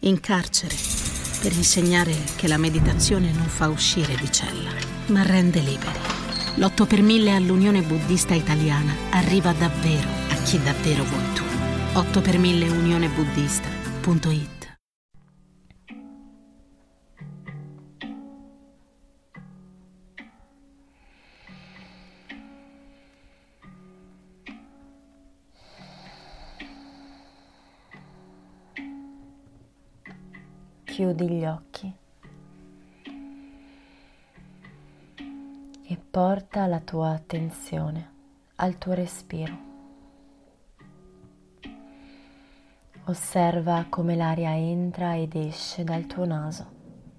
in carcere, per insegnare che la meditazione non fa uscire di cella, ma rende liberi. L'8 per 1000 all'Unione Buddista Italiana arriva davvero a chi davvero vuoi tu. 8 per 1000 unionebuddista.it. Chiudi gli occhi e porta la tua attenzione al tuo respiro. Osserva come l'aria entra ed esce dal tuo naso.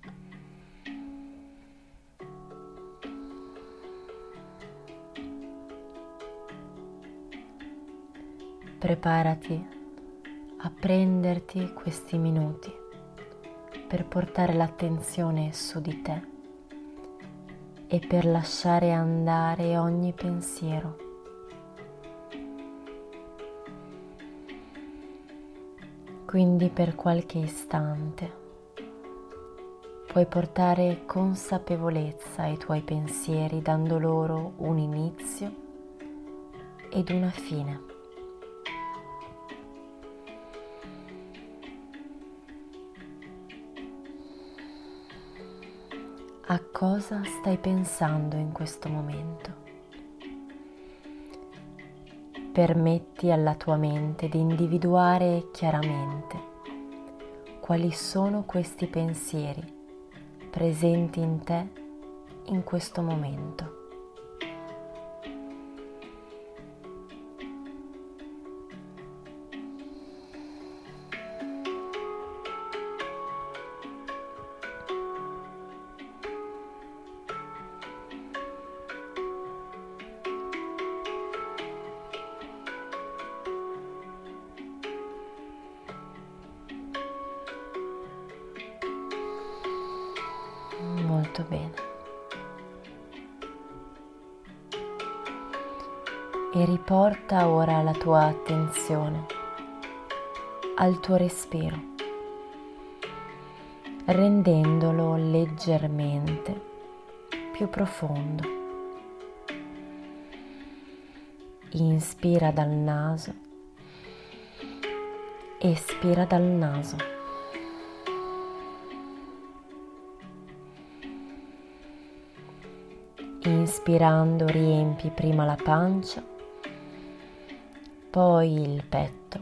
Preparati a prenderti questi minuti per portare l'attenzione su di te e per lasciare andare ogni pensiero. Quindi per qualche istante puoi portare consapevolezza ai tuoi pensieri, dando loro un inizio ed una fine. A cosa stai pensando in questo momento? Permetti alla tua mente di individuare chiaramente quali sono questi pensieri presenti in te in questo momento. Molto bene. E riporta ora la tua attenzione al tuo respiro, rendendolo leggermente più profondo. Inspira dal naso, espira dal naso. Inspirando riempi prima la pancia, poi il petto.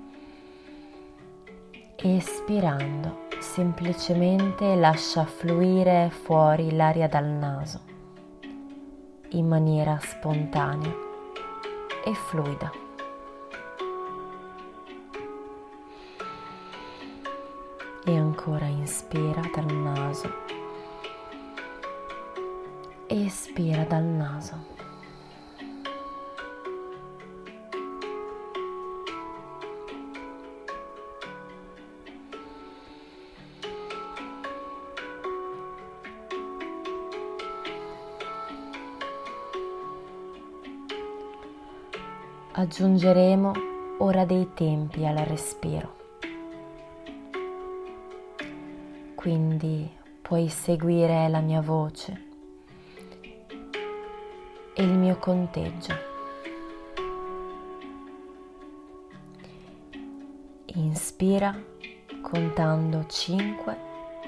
Espirando semplicemente lascia fluire fuori l'aria dal naso in maniera spontanea e fluida. E ancora inspira dal naso. Espira dal naso. Aggiungeremo ora dei tempi al respiro. Quindi puoi seguire la mia voce e il mio conteggio. Inspira contando 5,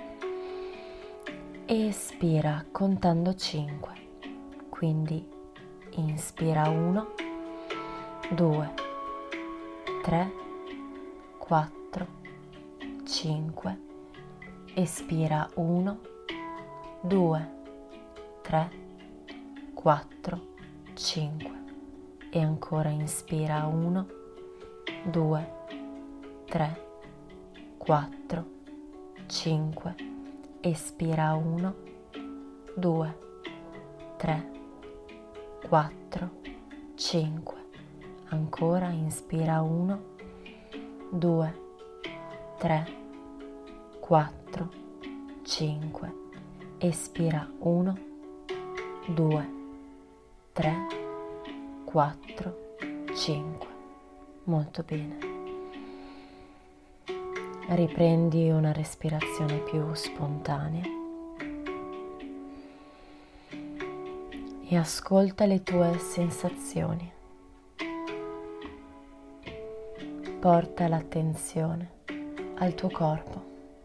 espira contando 5. Quindi inspira 1, 2, 3, 4, 5. Espira 1, 2, 3, 4, 5 e ancora inspira 1, 2, 3, 4, 5, espira 1, 2, 3, 4, 5, ancora inspira 1, 2, 3, 4, 5, espira 1, 2, 3, 4, 5. Molto bene. Riprendi una respirazione più spontanea e ascolta le tue sensazioni. Porta l'attenzione al tuo corpo.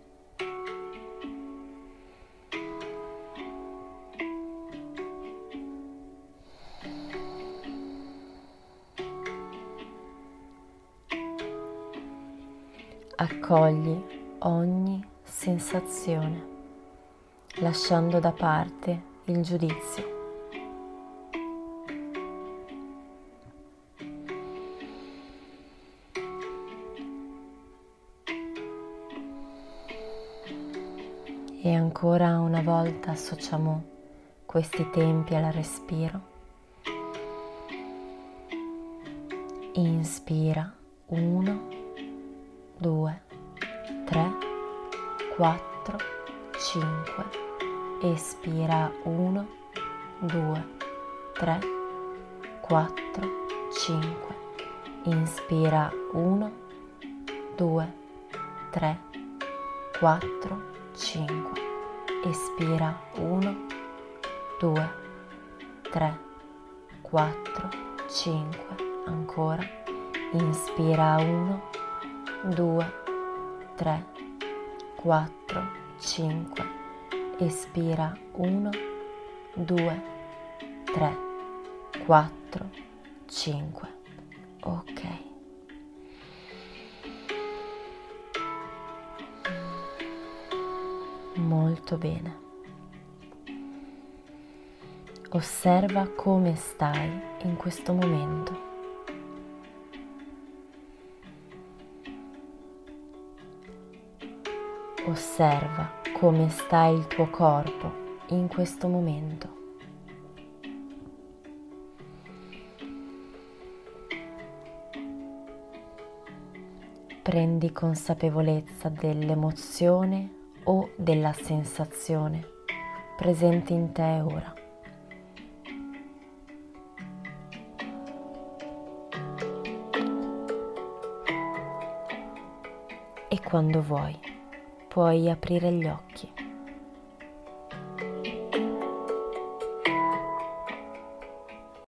Accogli ogni sensazione, lasciando da parte il giudizio. E ancora una volta associamo questi tempi al respiro. Inspira 1, 2, 3, 4, 5. Espira 1, 2, 3, 4, 5. Inspira 1, 2, 3, 4, 5. Espira 1, 2, 3, 4, 5. Ancora. Inspira 1, 2, 3, 4, 5. Espira 1, 2, 3, 4, 5. Ok. Molto bene. Osserva come stai in questo momento. Osserva come sta il tuo corpo in questo momento. Prendi consapevolezza dell'emozione o della sensazione presente in te ora. E quando vuoi, puoi aprire gli occhi.